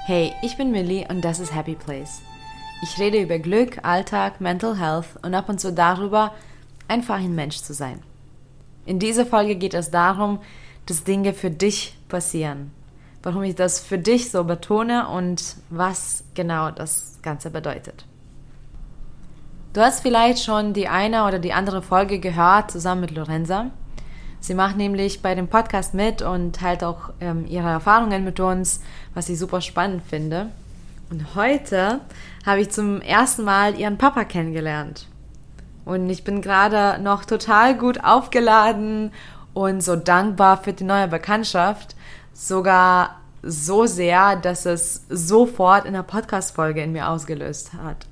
Hey, ich bin Millie und das ist Happy Place. Ich rede über Glück, Alltag, Mental Health und ab und zu darüber, einfach ein Mensch zu sein. In dieser Folge geht es darum, dass Dinge für dich passieren. Warum ich das für dich so betone und was genau das Ganze bedeutet. Du hast vielleicht schon die eine oder die andere Folge gehört, zusammen mit Lorenza. Sie macht nämlich bei dem Podcast mit und teilt auch ihre Erfahrungen mit uns, was ich super spannend finde. Und heute habe ich zum ersten Mal ihren Papa kennengelernt. Und ich bin gerade noch total gut aufgeladen und so dankbar für die neue Bekanntschaft. Sogar so sehr, dass es sofort in einer Podcast-Folge in mir ausgelöst hat.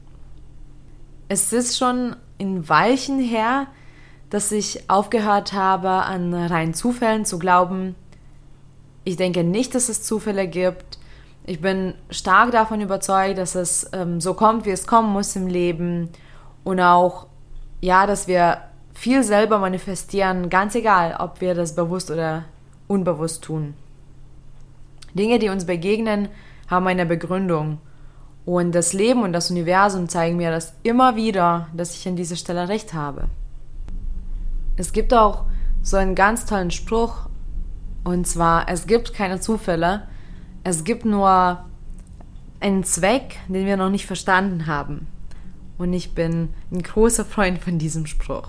Es ist schon ein Weilchen her, dass ich aufgehört habe, an reinen Zufällen zu glauben. Ich denke nicht, dass es Zufälle gibt. Ich bin stark davon überzeugt, dass es so kommt, wie es kommen muss im Leben. Und auch, ja, dass wir viel selber manifestieren, ganz egal, ob wir das bewusst oder unbewusst tun. Dinge, die uns begegnen, haben eine Begründung. Und das Leben und das Universum zeigen mir das immer wieder, dass ich an dieser Stelle recht habe. Es gibt auch so einen ganz tollen Spruch, und zwar, es gibt keine Zufälle, es gibt nur einen Zweck, den wir noch nicht verstanden haben. Und ich bin ein großer Freund von diesem Spruch.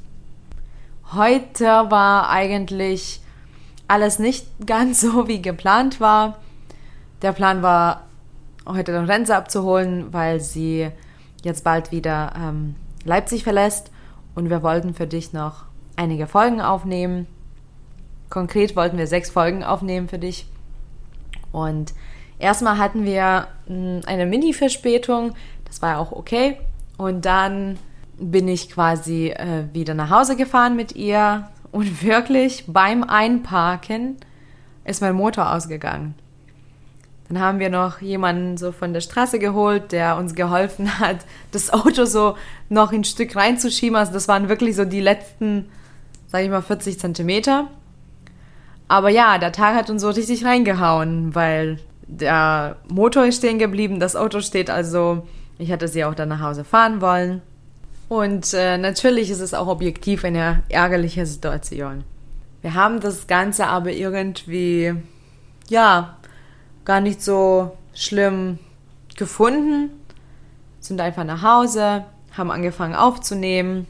Heute war eigentlich alles nicht ganz so, wie geplant war. Der Plan war, heute Lorenza abzuholen, weil sie jetzt bald wieder Leipzig verlässt. Und wir wollten für dich noch einige Folgen aufnehmen. Konkret wollten wir 6 Folgen aufnehmen für dich. Und erstmal hatten wir eine Mini-Verspätung. Das war ja auch okay. Und dann bin ich quasi wieder nach Hause gefahren mit ihr. Und wirklich beim Einparken ist mein Motor ausgegangen. Dann haben wir noch jemanden so von der Straße geholt, der uns geholfen hat, das Auto so noch ein Stück reinzuschieben. Also das waren wirklich so die letzten, sage ich mal, 40 Zentimeter. Aber ja, der Tag hat uns so richtig reingehauen, weil der Motor ist stehen geblieben, das Auto steht, also ich hätte sie auch dann nach Hause fahren wollen. Und natürlich ist es auch objektiv eine ärgerliche Situation. Wir haben das Ganze aber irgendwie, ja, gar nicht so schlimm gefunden, sind einfach nach Hause, haben angefangen aufzunehmen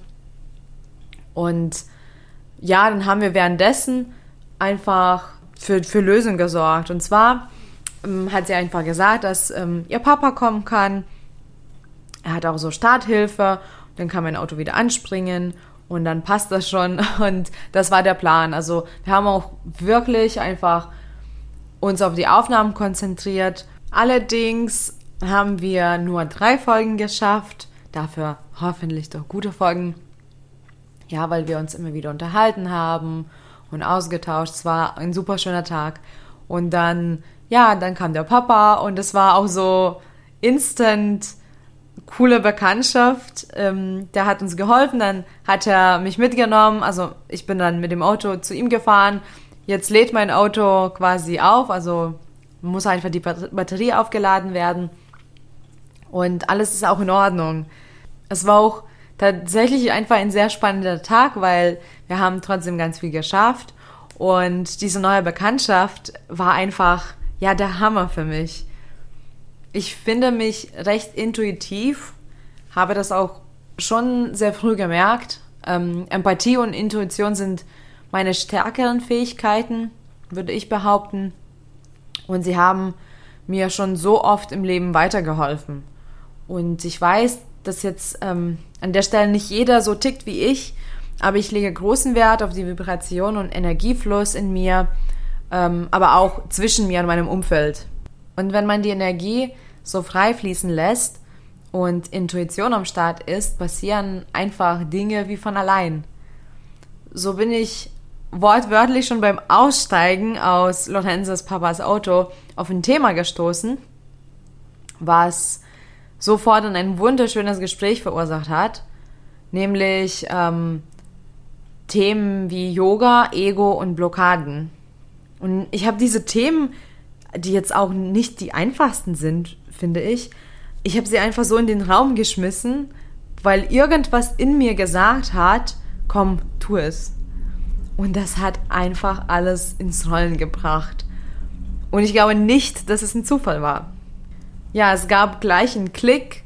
und ja, dann haben wir währenddessen einfach für Lösungen gesorgt. Und zwar hat sie einfach gesagt, dass ihr Papa kommen kann. Er hat auch so Starthilfe, dann kann mein Auto wieder anspringen und dann passt das schon und das war der Plan. Also wir haben auch wirklich einfach uns auf die Aufnahmen konzentriert. Allerdings haben wir nur 3 Folgen geschafft, dafür hoffentlich doch gute Folgen. Ja, weil wir uns immer wieder unterhalten haben und ausgetauscht. Es war ein super schöner Tag. Und dann kam der Papa und es war auch so instant coole Bekanntschaft. Der hat uns geholfen, dann hat er mich mitgenommen. Also ich bin dann mit dem Auto zu ihm gefahren. Jetzt lädt mein Auto quasi auf, also muss einfach die Batterie aufgeladen werden und alles ist auch in Ordnung. Es war auch tatsächlich einfach ein sehr spannender Tag, weil wir haben trotzdem ganz viel geschafft und diese neue Bekanntschaft war einfach, ja, der Hammer für mich. Ich finde mich recht intuitiv, habe das auch schon sehr früh gemerkt. Empathie und Intuition sind meine stärkeren Fähigkeiten, würde ich behaupten. Und sie haben mir schon so oft im Leben weitergeholfen. Und ich weiß, dass jetzt an der Stelle nicht jeder so tickt wie ich, aber ich lege großen Wert auf die Vibration und Energiefluss in mir, aber auch zwischen mir und meinem Umfeld. Und wenn man die Energie so frei fließen lässt und Intuition am Start ist, passieren einfach Dinge wie von allein. So bin ich wortwörtlich schon beim Aussteigen aus Lorenzas Papas Auto auf ein Thema gestoßen, was sofort ein wunderschönes Gespräch verursacht hat, nämlich Themen wie Yoga, Ego und Blockaden. Und ich habe diese Themen die jetzt auch nicht die einfachsten sind, finde ich. Ich habe sie einfach so in den Raum geschmissen, weil irgendwas in mir gesagt hat, komm, tu es. Und das hat einfach alles ins Rollen gebracht. Und ich glaube nicht, dass es ein Zufall war. Ja, es gab gleich einen Klick.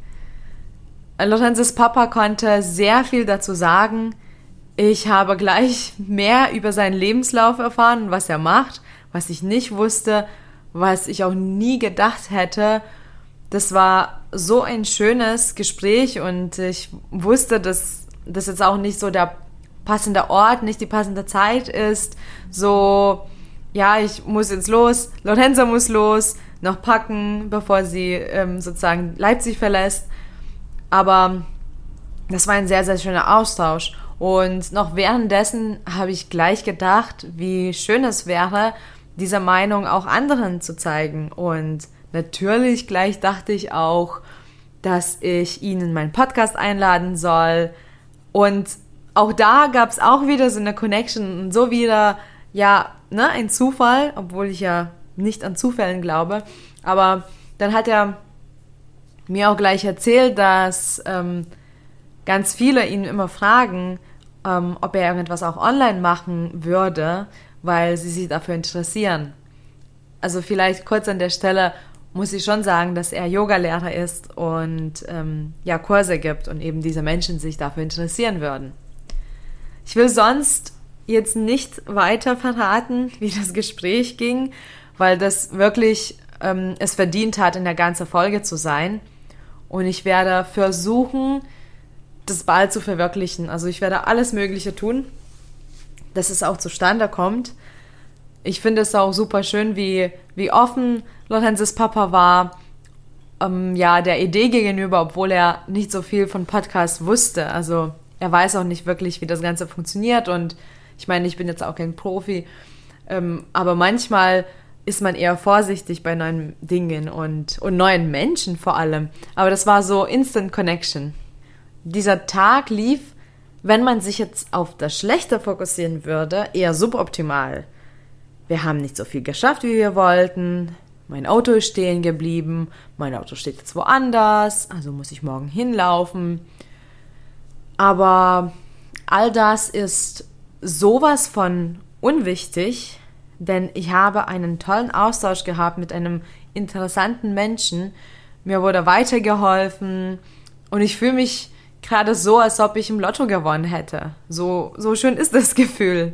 Lorenzes Papa konnte sehr viel dazu sagen. Ich habe gleich mehr über seinen Lebenslauf erfahren, was er macht, was ich nicht wusste, was ich auch nie gedacht hätte. Das war so ein schönes Gespräch und ich wusste, dass das jetzt auch nicht so der passende Ort, nicht die passende Zeit ist. So, ja, ich muss jetzt los, Lorenza muss los, noch packen, bevor sie sozusagen Leipzig verlässt. Aber das war ein sehr, sehr schöner Austausch. Und noch währenddessen habe ich gleich gedacht, wie schön es wäre, diese Meinung auch anderen zu zeigen. Und natürlich gleich dachte ich auch, dass ich ihn in meinen Podcast einladen soll. Und auch da gab es auch wieder so eine Connection und so wieder, ja, ne, ein Zufall, obwohl ich ja nicht an Zufällen glaube. Aber dann hat er mir auch gleich erzählt, dass ganz viele ihn immer fragen, ob er irgendwas auch online machen würde, weil sie sich dafür interessieren. Also vielleicht kurz an der Stelle muss ich schon sagen, dass er Yogalehrer ist und ja, Kurse gibt und eben diese Menschen sich dafür interessieren würden. Ich will sonst jetzt nicht weiter verraten, wie das Gespräch ging, weil das wirklich es verdient hat, in der ganzen Folge zu sein. Und ich werde versuchen, das bald zu verwirklichen. Also ich werde alles Mögliche tun, dass es auch zustande kommt. Ich finde es auch super schön, wie offen Lorenzes Papa war, ja, der Idee gegenüber, obwohl er nicht so viel von Podcasts wusste. Also er weiß auch nicht wirklich, wie das Ganze funktioniert. Und ich meine, ich bin jetzt auch kein Profi, aber manchmal ist man eher vorsichtig bei neuen Dingen und neuen Menschen vor allem. Aber das war so Instant Connection. Dieser Tag lief, wenn man sich jetzt auf das Schlechte fokussieren würde, eher suboptimal. Wir haben nicht so viel geschafft, wie wir wollten. Mein Auto ist stehen geblieben. Mein Auto steht jetzt woanders, also muss ich morgen hinlaufen. Aber all das ist sowas von unwichtig, denn ich habe einen tollen Austausch gehabt mit einem interessanten Menschen. Mir wurde weitergeholfen und ich fühle mich gerade so, als ob ich im Lotto gewonnen hätte. So schön ist das Gefühl.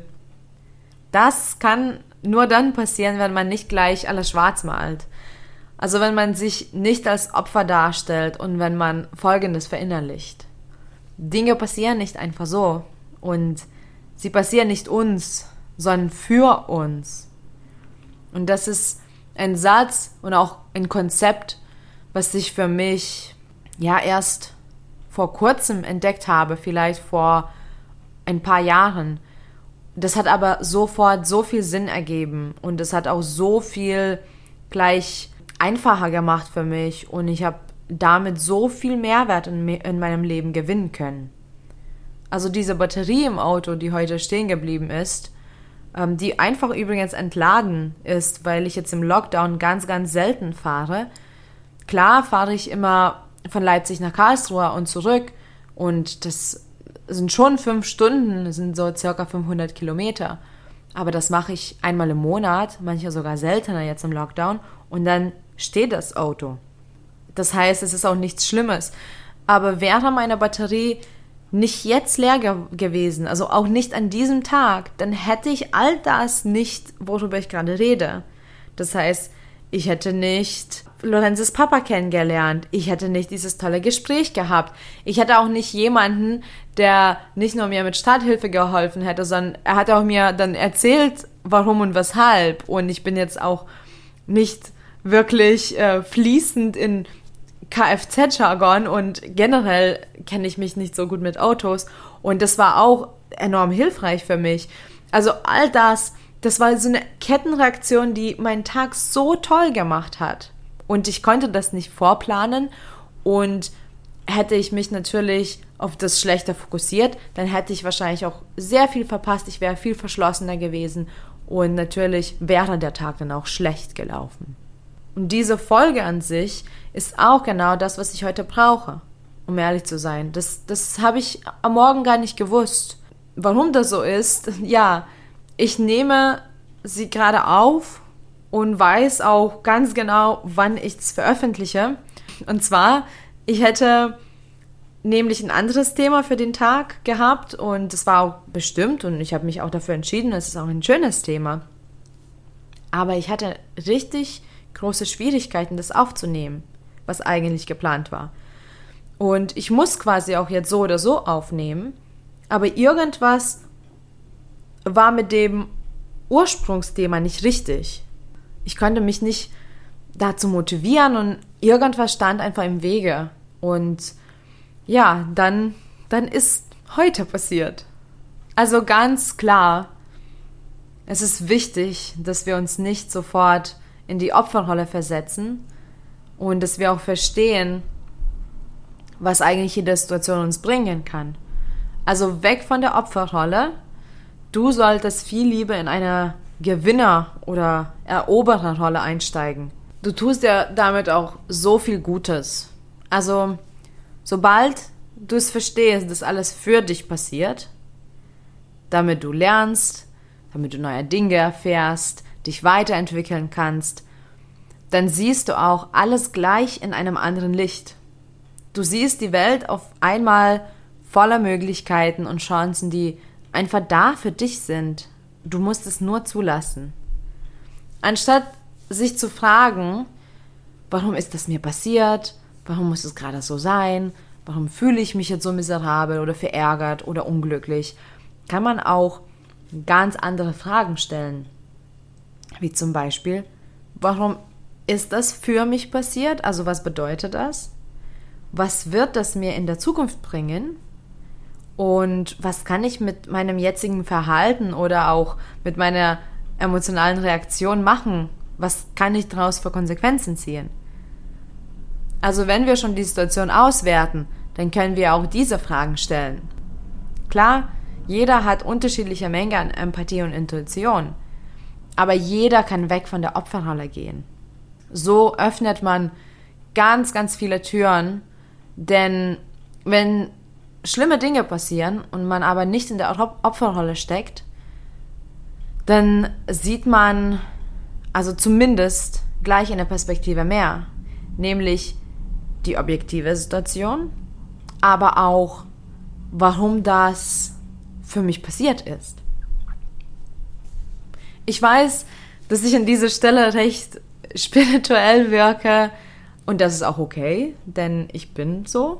Das kann nur dann passieren, wenn man nicht gleich alles schwarz malt. Also wenn man sich nicht als Opfer darstellt und wenn man Folgendes verinnerlicht. Dinge passieren nicht einfach so und sie passieren nicht uns, sondern für uns. Und das ist ein Satz und auch ein Konzept, was ich für mich ja erst vor kurzem entdeckt habe, vielleicht vor ein paar Jahren. Das hat aber sofort so viel Sinn ergeben und es hat auch so viel gleich einfacher gemacht für mich und ich habe damit so viel Mehrwert in meinem Leben gewinnen können. Also diese Batterie im Auto, die heute stehen geblieben ist, die einfach übrigens entladen ist, weil ich jetzt im Lockdown ganz, ganz selten fahre. Klar fahre ich immer von Leipzig nach Karlsruhe und zurück und das sind schon 5 Stunden, das sind so circa 500 Kilometer. Aber das mache ich einmal im Monat, manchmal sogar seltener jetzt im Lockdown und dann steht das Auto. Das heißt, es ist auch nichts Schlimmes. Aber wäre meine Batterie nicht jetzt leer gewesen, also auch nicht an diesem Tag, dann hätte ich all das nicht, worüber ich gerade rede. Das heißt, ich hätte nicht Lorenzes Papa kennengelernt. Ich hätte nicht dieses tolle Gespräch gehabt. Ich hätte auch nicht jemanden, der nicht nur mir mit Starthilfe geholfen hätte, sondern er hat auch mir dann erzählt, warum und weshalb. Und ich bin jetzt auch nicht wirklich fließend in Kfz-Jargon und generell kenne ich mich nicht so gut mit Autos. Und das war auch enorm hilfreich für mich. Also all das war so eine Kettenreaktion, die meinen Tag so toll gemacht hat. Und ich konnte das nicht vorplanen. Und hätte ich mich natürlich auf das Schlechte fokussiert, dann hätte ich wahrscheinlich auch sehr viel verpasst. Ich wäre viel verschlossener gewesen. Und natürlich wäre der Tag dann auch schlecht gelaufen. Und diese Folge an sich ist auch genau das, was ich heute brauche, um ehrlich zu sein. Das habe ich am Morgen gar nicht gewusst. Warum das so ist? Ja, ich nehme sie gerade auf und weiß auch ganz genau, wann ich es veröffentliche. Und zwar, ich hätte nämlich ein anderes Thema für den Tag gehabt und es war auch bestimmt und ich habe mich auch dafür entschieden, es ist auch ein schönes Thema. Aber ich hatte richtig große Schwierigkeiten, das aufzunehmen, was eigentlich geplant war. Und ich muss quasi auch jetzt so oder so aufnehmen, aber irgendwas war mit dem Ursprungsthema nicht richtig. Ich konnte mich nicht dazu motivieren und irgendwas stand einfach im Wege. Und ja, dann ist heute passiert. Also ganz klar, es ist wichtig, dass wir uns nicht sofort in die Opferrolle versetzen und dass wir auch verstehen, was eigentlich jede Situation uns bringen kann. Also weg von der Opferrolle. Du solltest viel lieber in eine Gewinner- oder Erobererrolle einsteigen. Du tust ja damit auch so viel Gutes. Also, sobald du es verstehst, dass alles für dich passiert, damit du lernst, damit du neue Dinge erfährst, dich weiterentwickeln kannst, dann siehst du auch alles gleich in einem anderen Licht. Du siehst die Welt auf einmal voller Möglichkeiten und Chancen, die einfach da für dich sind. Du musst es nur zulassen. Anstatt sich zu fragen, warum ist das mir passiert? Warum muss es gerade so sein? Warum fühle ich mich jetzt so miserabel oder verärgert oder unglücklich? Kann man auch ganz andere Fragen stellen. Wie zum Beispiel, warum ist das für mich passiert? Also was bedeutet das? Was wird das mir in der Zukunft bringen? Und was kann ich mit meinem jetzigen Verhalten oder auch mit meiner emotionalen Reaktion machen? Was kann ich daraus für Konsequenzen ziehen? Also wenn wir schon die Situation auswerten, dann können wir auch diese Fragen stellen. Klar, jeder hat unterschiedliche Menge an Empathie und Intuition, aber jeder kann weg von der Opferrolle gehen. So öffnet man ganz, ganz viele Türen, denn wenn schlimme Dinge passieren und man aber nicht in der Opferrolle steckt, dann sieht man also zumindest gleich eine Perspektive mehr, nämlich die objektive Situation, aber auch, warum das für mich passiert ist. Ich weiß, dass ich an dieser Stelle recht spirituell wirke und das ist auch okay, denn ich bin so.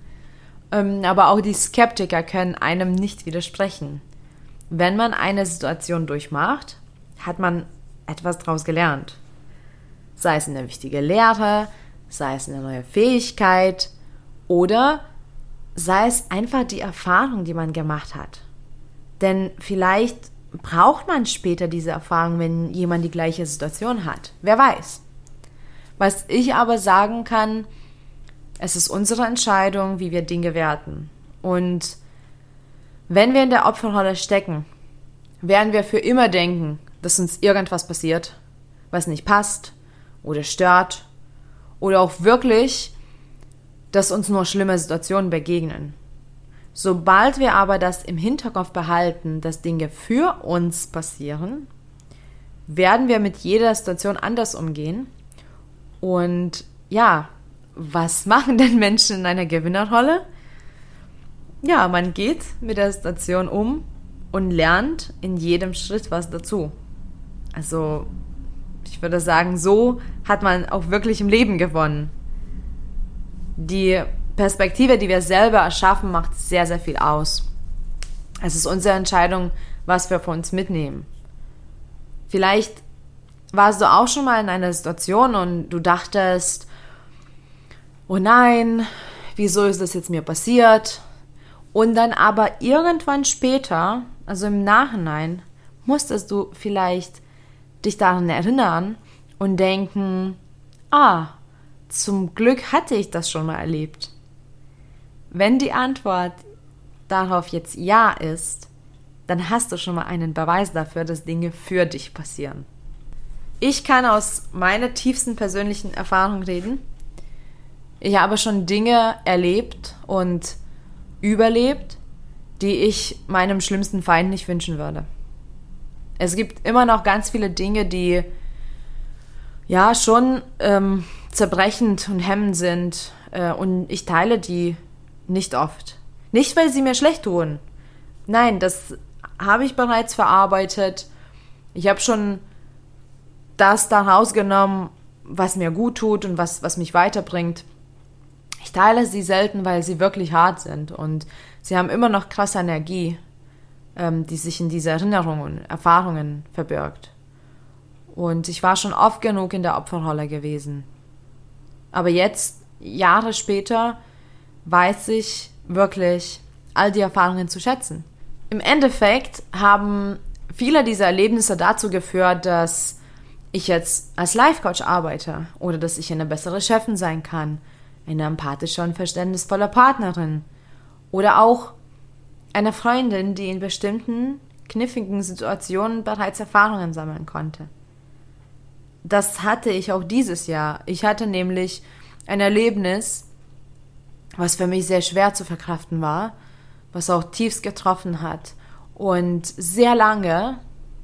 Aber auch die Skeptiker können einem nicht widersprechen. Wenn man eine Situation durchmacht, hat man etwas daraus gelernt. Sei es eine wichtige Lehre, sei es eine neue Fähigkeit oder sei es einfach die Erfahrung, die man gemacht hat. Denn vielleicht braucht man später diese Erfahrung, wenn jemand die gleiche Situation hat. Wer weiß. Was ich aber sagen kann, es ist unsere Entscheidung, wie wir Dinge werten. Und wenn wir in der Opferrolle stecken, werden wir für immer denken, dass uns irgendwas passiert, was nicht passt oder stört oder auch wirklich, dass uns nur schlimme Situationen begegnen. Sobald wir aber das im Hinterkopf behalten, dass Dinge für uns passieren, werden wir mit jeder Situation anders umgehen. Und ja, was machen denn Menschen in einer Gewinnerrolle? Ja, man geht mit der Situation um und lernt in jedem Schritt was dazu. Also, ich würde sagen, so hat man auch wirklich im Leben gewonnen. Die Perspektive, die wir selber erschaffen, macht sehr, sehr viel aus. Es ist unsere Entscheidung, was wir von uns mitnehmen. Vielleicht warst du auch schon mal in einer Situation und du dachtest, oh nein, wieso ist das jetzt mir passiert? Und dann aber irgendwann später, also im Nachhinein, musstest du vielleicht dich daran erinnern und denken, zum Glück hatte ich das schon mal erlebt. Wenn die Antwort darauf jetzt ja ist, dann hast du schon mal einen Beweis dafür, dass Dinge für dich passieren. Ich kann aus meiner tiefsten persönlichen Erfahrung reden. Ich habe schon Dinge erlebt und überlebt, die ich meinem schlimmsten Feind nicht wünschen würde. Es gibt immer noch ganz viele Dinge, die ja schon zerbrechend und hemmend sind, und ich teile die nicht oft. Nicht, weil sie mir schlecht tun. Nein, das habe ich bereits verarbeitet. Ich habe schon das da rausgenommen, was mir gut tut und was mich weiterbringt. Ich teile sie selten, weil sie wirklich hart sind und sie haben immer noch krasse Energie, die sich in diese Erinnerungen und Erfahrungen verbirgt. Und ich war schon oft genug in der Opferrolle gewesen. Aber jetzt, Jahre später, weiß ich wirklich all die Erfahrungen zu schätzen. Im Endeffekt haben viele dieser Erlebnisse dazu geführt, dass ich jetzt als Life-Coach arbeite oder dass ich eine bessere Chefin sein kann, eine empathische und verständnisvolle Partnerin oder auch eine Freundin, die in bestimmten kniffligen Situationen bereits Erfahrungen sammeln konnte. Das hatte ich auch dieses Jahr. Ich hatte nämlich ein Erlebnis, was für mich sehr schwer zu verkraften war, was auch tiefst getroffen hat. Und sehr lange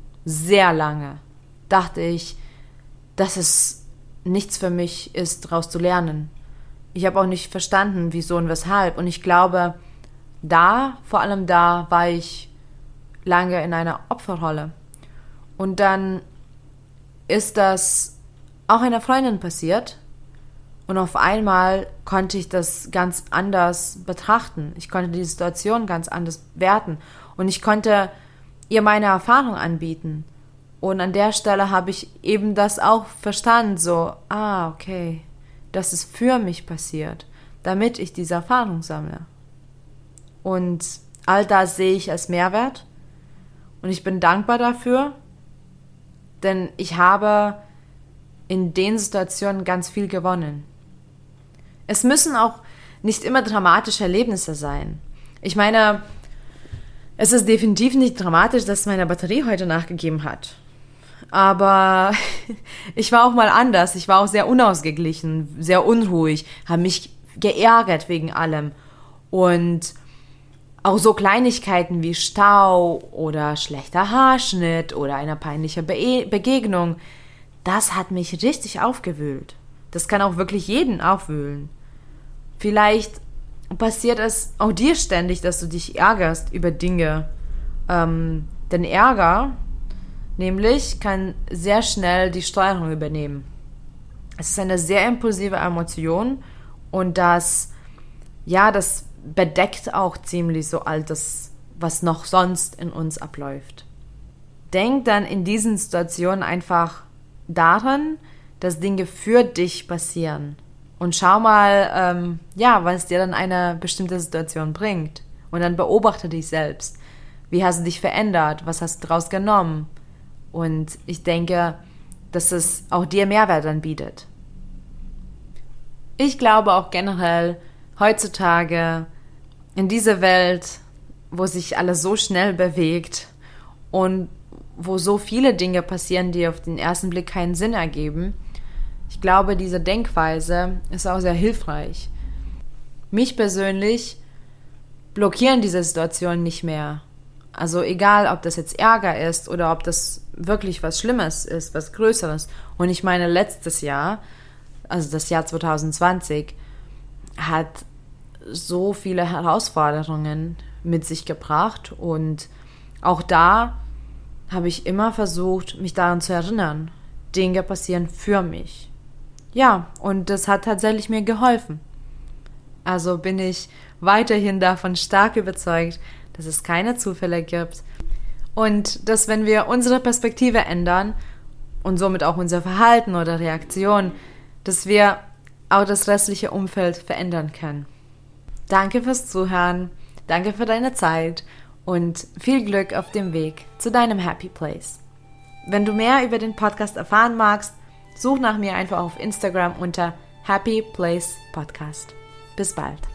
dachte ich, dass es nichts für mich ist, daraus zu lernen. Ich habe auch nicht verstanden, wieso und weshalb. Und ich glaube, vor allem da, war ich lange in einer Opferrolle. Und dann ist das auch einer Freundin passiert. Und auf einmal konnte ich das ganz anders betrachten. Ich konnte die Situation ganz anders werten. Und ich konnte ihr meine Erfahrung anbieten. Und an der Stelle habe ich eben das auch verstanden. So, okay, das ist für mich passiert, damit ich diese Erfahrung sammle. Und all das sehe ich als Mehrwert. Und ich bin dankbar dafür, denn ich habe in den Situationen ganz viel gewonnen. Es müssen auch nicht immer dramatische Erlebnisse sein. Ich meine, es ist definitiv nicht dramatisch, dass meine Batterie heute nachgegeben hat. Aber ich war auch mal anders. Ich war auch sehr unausgeglichen, sehr unruhig, habe mich geärgert wegen allem. Und auch so Kleinigkeiten wie Stau oder schlechter Haarschnitt oder eine peinliche Begegnung, das hat mich richtig aufgewühlt. Das kann auch wirklich jeden aufwühlen. Vielleicht passiert es auch dir ständig, dass du dich ärgerst über Dinge. Denn Ärger, nämlich, kann sehr schnell die Steuerung übernehmen. Es ist eine sehr impulsive Emotion und das bedeckt auch ziemlich so all das, was noch sonst in uns abläuft. Denk dann in diesen Situationen einfach daran, dass Dinge für dich passieren. Und schau mal, was dir dann eine bestimmte Situation bringt. Und dann beobachte dich selbst. Wie hast du dich verändert? Was hast du daraus genommen? Und ich denke, dass es auch dir Mehrwert anbietet. Ich glaube auch generell, heutzutage in dieser Welt, wo sich alles so schnell bewegt und wo so viele Dinge passieren, die auf den ersten Blick keinen Sinn ergeben, ich glaube, diese Denkweise ist auch sehr hilfreich. Mich persönlich blockieren diese Situationen nicht mehr. Also egal, ob das jetzt Ärger ist oder ob das wirklich was Schlimmes ist, was Größeres. Und ich meine, letztes Jahr, also das Jahr 2020, hat so viele Herausforderungen mit sich gebracht. Und auch da habe ich immer versucht, mich daran zu erinnern. Dinge passieren für mich. Ja, und das hat tatsächlich mir geholfen. Also bin ich weiterhin davon stark überzeugt, dass es keine Zufälle gibt und dass, wenn wir unsere Perspektive ändern und somit auch unser Verhalten oder Reaktion, dass wir auch das restliche Umfeld verändern können. Danke fürs Zuhören, danke für deine Zeit und viel Glück auf dem Weg zu deinem Happy Place. Wenn du mehr über den Podcast erfahren magst, such nach mir einfach auf Instagram unter Happy Place Podcast. Bis bald.